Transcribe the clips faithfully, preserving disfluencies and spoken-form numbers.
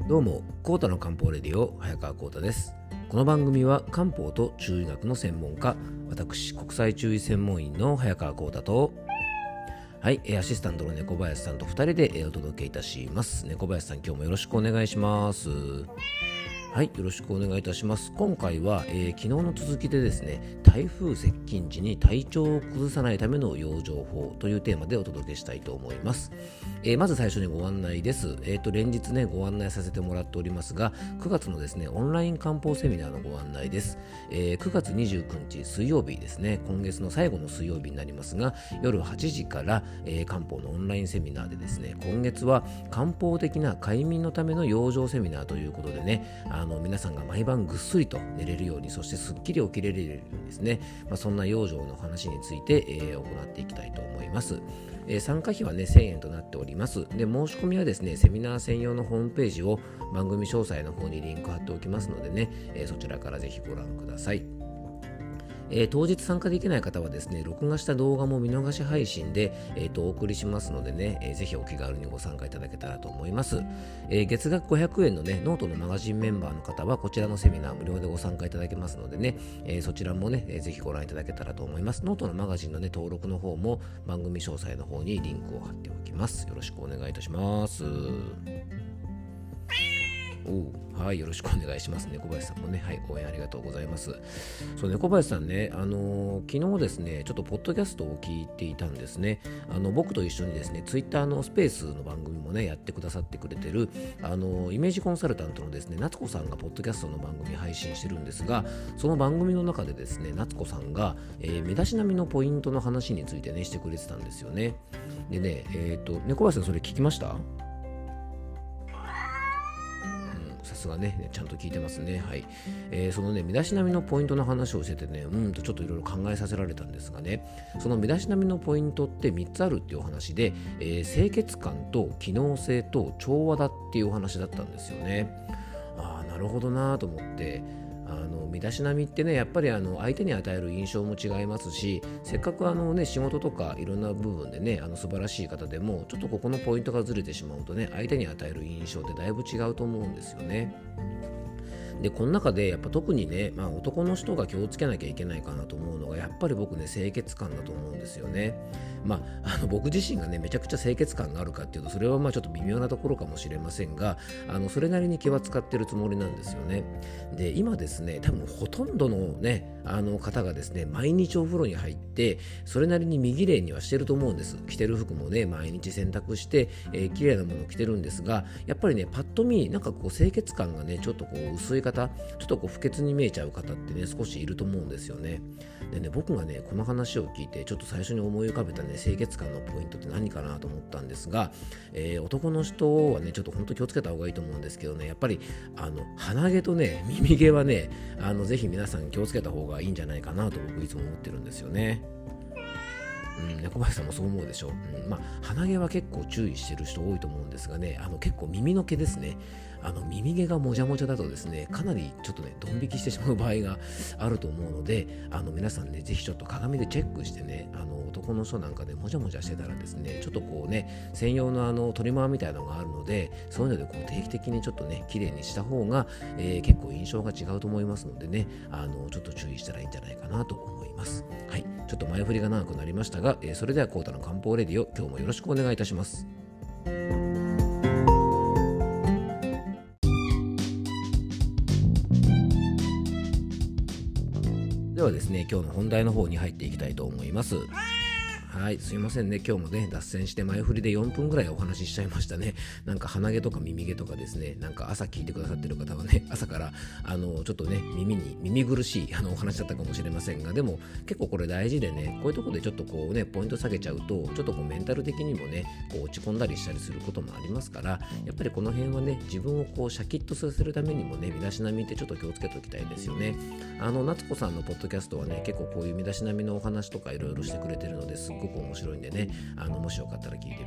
どうも、コータの漢方レディオ早川コータです。この番組は漢方と中医学の専門家、私国際中医専門医の早川コータとはい、アシスタントの猫林さんとふたりでお届けいたします。猫林さん、今日もよろしくお願いします。はい、よろしくお願いいたします。今回は、えー、昨日の続きでですね、台風接近時に体調を崩さないための養生法というテーマでお届けしたいと思います。えー、まず最初にご案内です。えーと、連日ね、ご案内させてもらっておりますが、くがつのですね、オンライン漢方セミナーのご案内です。えー、くがつにじゅうくにち水曜日ですね、今月の最後の水曜日になりますが、夜はちじから、えー、漢方のオンラインセミナーでですね、今月は漢方的な快眠のための養生セミナーということでね、あの皆さんが毎晩ぐっすりと寝れるように、そしてすっきり起きれるようにですね、まあ、そんな養生の話について、えー、行っていきたいと思います。えー、参加費はねせんえんとなっております。で、申し込みはですね、セミナー専用のホームページを番組詳細の方にリンク貼っておきますのでね、えー、そちらからぜひご覧ください。えー、当日参加できない方はですね、録画した動画も見逃し配信で、えー、とお送りしますのでね、えー、ぜひお気軽にご参加いただけたらと思います。えー、月額ごひゃくえんのね、ノートのマガジンメンバーの方はこちらのセミナー無料でご参加いただけますのでね、えー、そちらもね、えー、ぜひご覧いただけたらと思います。ノートのマガジンのね、登録の方も番組詳細の方にリンクを貼っておきます。よろしくお願いいたします。おはい、よろしくお願いします。猫林さんもね、はい、応援ありがとうございます。そう、猫林さんね、あのー、昨日ですね、ちょっとポッドキャストを聞いていたんですね。あの僕と一緒にですね、ツイッターのスペースの番組もね、やってくださってくれてる、あのー、イメージコンサルタントのですね、夏子さんがポッドキャストの番組配信してるんですが、その番組の中でですね、夏子さんが、えー、身だしなみのポイントの話についてね、してくれてたんですよね。でね、えっと、猫林さん、それ聞きました？さすがね、ちゃんと聞いてますね。はい。えー、そのね、身だしなみのポイントの話をしててね、うんとちょっといろいろ考えさせられたんですがね、その身だしなみのポイントってみっつあるっていうお話で、えー、清潔感と機能性と調和だっていうお話だったんですよね。ああ、なるほどなと思って、あの身だしなみってね、やっぱりあの相手に与える印象も違いますし、せっかくあの、ね、仕事とかいろんな部分でね、あの素晴らしい方でもちょっとここのポイントがずれてしまうとね、相手に与える印象ってだいぶ違うと思うんですよね。で、この中でやっぱ特にね、まあ、男の人が気をつけなきゃいけないかなと思うのが、やっぱり僕ね、清潔感だと思うんですよね。まあ、あの僕自身がね、めちゃくちゃ清潔感があるかっていうと、それはまあちょっと微妙なところかもしれませんが、あのそれなりに気は使ってるつもりなんですよね。で、今ですね、多分ほとんどのね、あの方がですね、毎日お風呂に入って、それなりに身綺麗にはしてると思うんです。着てる服もね、毎日洗濯して、えー、綺麗なものを着てるんですが、やっぱりね、パッと見、なんかこう清潔感がね、ちょっとこう薄い方、ちょっとこう不潔に見えちゃう方ってね、少しいると思うんですよね。でね、僕がね、この話を聞いてちょっと最初に思い浮かべたね、清潔感のポイントって何かなと思ったんですが、えー、男の人はね、ちょっと本当気をつけた方がいいと思うんですけどね、やっぱりあの鼻毛とね、耳毛はね、あのぜひ皆さん気をつけた方がいいんじゃないかなと僕いつも思ってるんですよね。うん、猫林さんもそう思うでしょう。うん、まあ、鼻毛は結構注意してる人多いと思うんですがね、あの結構耳の毛ですね。あの耳毛がもじゃもじゃだとですね、かなりちょっとね、ドン引きしてしまう場合があると思うので、あの皆さんね、ぜひちょっと鏡でチェックしてね、あの男の人なんかでもじゃもじゃしてたらですね、ちょっとこうね、専用のあのトリマーみたいなのがあるので、そういうのでこう定期的にちょっとね、綺麗にした方が、えー、結構印象が違うと思いますのでね、あのちょっと注意したらいいんじゃないかなと思います。はい、ちょっと前振りが長くなりましたが、えー、それではコータの漢方レディオ、今日もよろしくお願いいたします。ではですね、今日の本題の方に入っていきたいと思います。はい、すいませんね。今日もね、脱線して前振りでよんぷんぐらいお話ししちゃいましたね。なんか鼻毛とか耳毛とかですね、なんか朝聞いてくださってる方はね、朝からあのちょっとね、耳に耳苦しいあのお話だったかもしれませんが、でも結構これ大事でね、こういうところでちょっとこうね、ポイント下げちゃうと、ちょっとこうメンタル的にもね、こう落ち込んだりしたりすることもありますから、やっぱりこの辺はね、自分をこうシャキッとさせるためにもね、身だしなみってちょっと気をつけておきたいですよね。あの夏子さんのポッドキャストはね、結構こういう身だしなみのお話とかいろいろしてくれてるので、すっごく面白いんでね、あのもしよかったら聞いてみてください。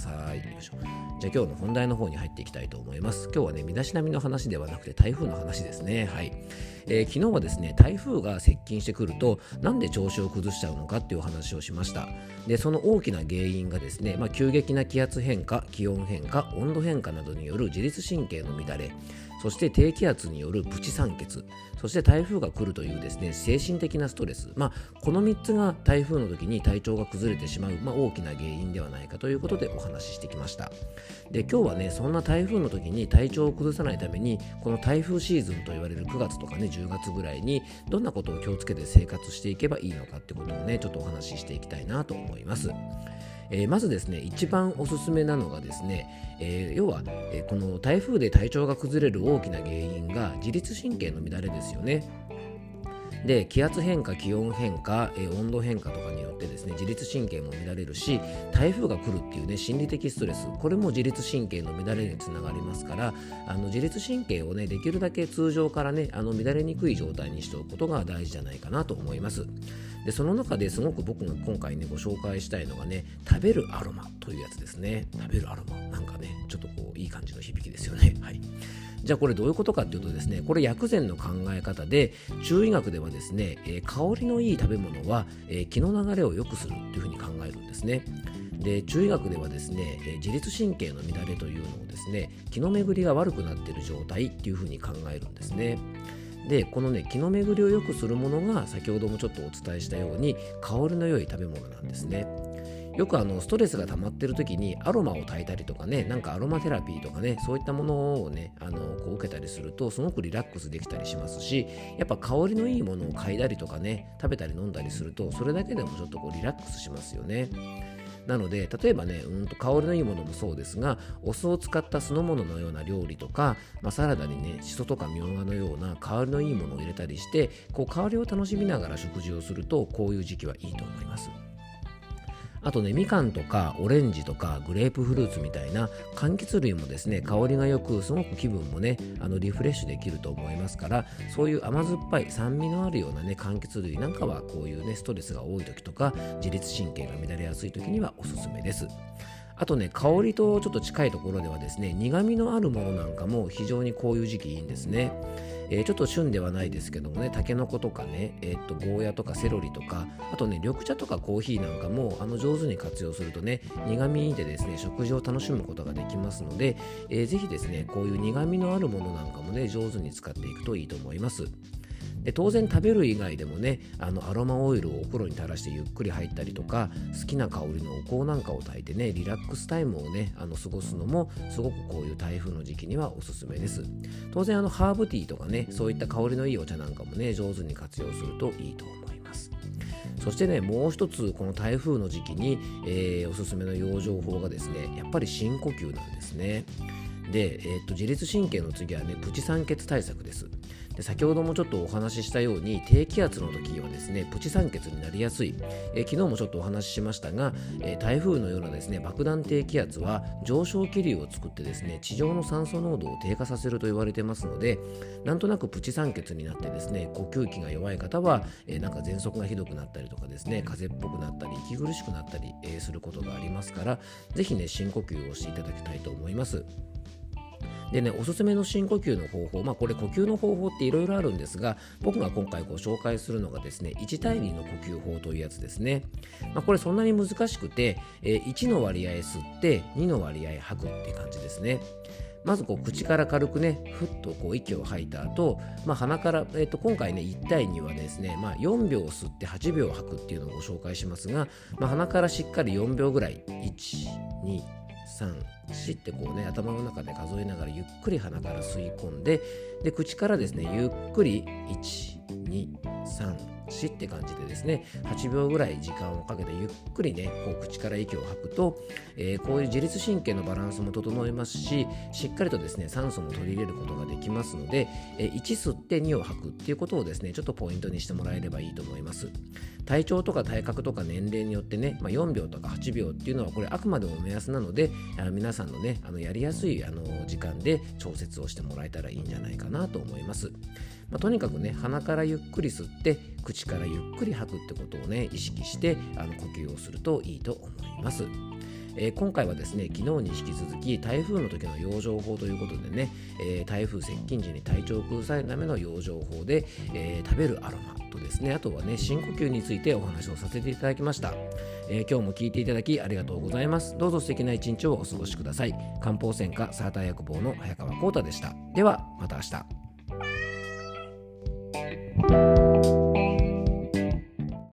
さい。よいしょ。じゃあ今日の本題の方に入っていきたいと思います。今日はね、身だしなみの話ではなくて台風の話ですね。はい。えー、昨日はですね、台風が接近してくるとなんで調子を崩しちゃうのかっていう話をしました。で、その大きな原因がですね、まあ、急激な気圧変化、気温変化、温度変化などによる自律神経の乱れ、そして低気圧によるプチ酸欠、そして台風が来るというですね、精神的なストレス、まあ、このみっつが台風の時に体調が崩れてしまう、まあ、大きな原因ではないかということでお話ししてきました。で、今日はね、そんな台風の時に体調を崩さないために、この台風シーズンと言われるくがつとかね、じゅうがつぐらいにどんなことを気をつけて生活していけばいいのかってことをね、ちょっとお話ししていきたいなと思います。えー、まずですね、一番おすすめなのがですね、えー、要は、えー、この台風で体調が崩れる大きな原因が自律神経の乱れですよね。で、気圧変化、気温変化、えー、温度変化とかによってですね、自律神経も乱れるし、台風が来るっていうね、心理的ストレス、これも自律神経の乱れにつながりますから、あの自律神経をね、できるだけ通常からね、あの乱れにくい状態にしておくことが大事じゃないかなと思います。で、その中ですごく僕が今回ね、ご紹介したいのがね、食べるアロマというやつですね。食べるアロマ、なんかね、ちょっとこういい感じの響きですよね。はい。じゃあこれどういうことかっていうとですね、これ薬膳の考え方で、中医学ではですね、えー、香りのいい食べ物は、えー、気の流れを良くするというふうに考えるんですね。で、中医学ではですね、えー、自律神経の乱れというのをですね、気の巡りが悪くなっている状態っていうふうに考えるんですね。で、このね、気の巡りを良くするものが先ほどもちょっとお伝えしたように香りの良い食べ物なんですね。よくあのストレスが溜まってる時にアロマを焚いたりとかね、なんかアロマテラピーとかね、そういったものをね、あのこう受けたりするとすごくリラックスできたりしますし、やっぱ香りのいいものを嗅いだりとかね、食べたり飲んだりするとそれだけでもちょっとこうリラックスしますよね。なので、例えばね、うんと香りのいいものもそうですが、お酢を使った酢の物のような料理とか、まあ、サラダにね、シソとかみょうがのような香りのいいものを入れたりして、こう香りを楽しみながら食事をすると、こういう時期はいいと思います。あとね、みかんとかオレンジとかグレープフルーツみたいな柑橘類もですね、香りがよく、すごく気分もね、あのリフレッシュできると思いますから、そういう甘酸っぱい酸味のあるようなね、柑橘類なんかはこういうね、ストレスが多い時とか自律神経が乱れやすい時にはおすすめです。あとね、香りとちょっと近いところではですね、苦味のあるものなんかも非常にこういう時期いいんですね。えー、ちょっと旬ではないですけどもね、タケノコとかね、えー、っとゴーヤとかセロリとか、あとね、緑茶とかコーヒーなんかもあの上手に活用するとね、苦味でですね、食事を楽しむことができますので、えー、ぜひですね、こういう苦味のあるものなんかもね、上手に使っていくといいと思います。で、当然食べる以外でもね、あのアロマオイルをお風呂に垂らしてゆっくり入ったりとか、好きな香りのお香なんかを焚いてね、リラックスタイムをね、あの過ごすのもすごくこういう台風の時期にはおすすめです。当然あのハーブティーとかね、そういった香りのいいお茶なんかもね、上手に活用するといいと思います。そしてね、もう一つこの台風の時期に、えー、おすすめの養生法がですね、やっぱり深呼吸なんですね。で、えー、っと自律神経の次はね、プチ酸欠対策です。で、先ほどもちょっとお話ししたように、低気圧の時はですね、プチ酸欠になりやすい、えー、昨日もちょっとお話ししましたが、えー、台風のようなですね、爆弾低気圧は上昇気流を作ってですね、地上の酸素濃度を低下させると言われてますので、なんとなくプチ酸欠になってですね、呼吸器が弱い方は、えー、なんか喘息がひどくなったりとかですね、風邪っぽくなったり息苦しくなったり、えー、することがありますから、ぜひね、深呼吸をしていただきたいと思います。でね、おすすめの深呼吸の方法、まあこれ呼吸の方法っていろいろあるんですが、僕が今回ご紹介するのがですね、いち対にの呼吸法というやつですね。まあ、これそんなに難しくて、えー、いちの割合吸ってにの割合吐くっていう感じですね。まずこう口から軽くね、ふっとこう息を吐いた後、まあ、鼻から、えー、と今回ねいち対にはですね、まあ、よんびょう吸ってはちびょう吐くっていうのをご紹介しますが、まあ、鼻からしっかりよんびょうぐらい、いち、に、さん、よんってこうね、頭の中で数えながらゆっくり鼻から吸い込んで、で口からですね、ゆっくりいち、に、さん、よんって感じでですね、はちびょうぐらい時間をかけてゆっくりね、こう口から息を吐くと、えー、こういう自律神経のバランスも整いますし、しっかりとですね、酸素も取り入れることができますので、えー、いち吸ってにを吐くっていうことをですね、ちょっとポイントにしてもらえればいいと思います。体調とか体格とか年齢によってね、まあ、よんびょうとかはちびょうっていうのはこれあくまでも目安なので、あ皆さんのね、あのやりやすいあの時間で調節をしてもらえたらいいんじゃないかなと思います。まあ、とにかくね、鼻からゆっくり吸って口からゆっくり吐くってことをね、意識してあの呼吸をするといいと思います。 えー、今回はですね昨日に引き続き台風の時の養生法ということでね、えー、台風接近時に体調を崩されるための養生法で、えー、食べるアロマとですね、あとはね深呼吸についてお話をさせていただきました。えー、今日も聞いていただきありがとうございます。どうぞ素敵な一日をお過ごしください。漢方専科サーター薬房の早川浩太でした。ではまた明日。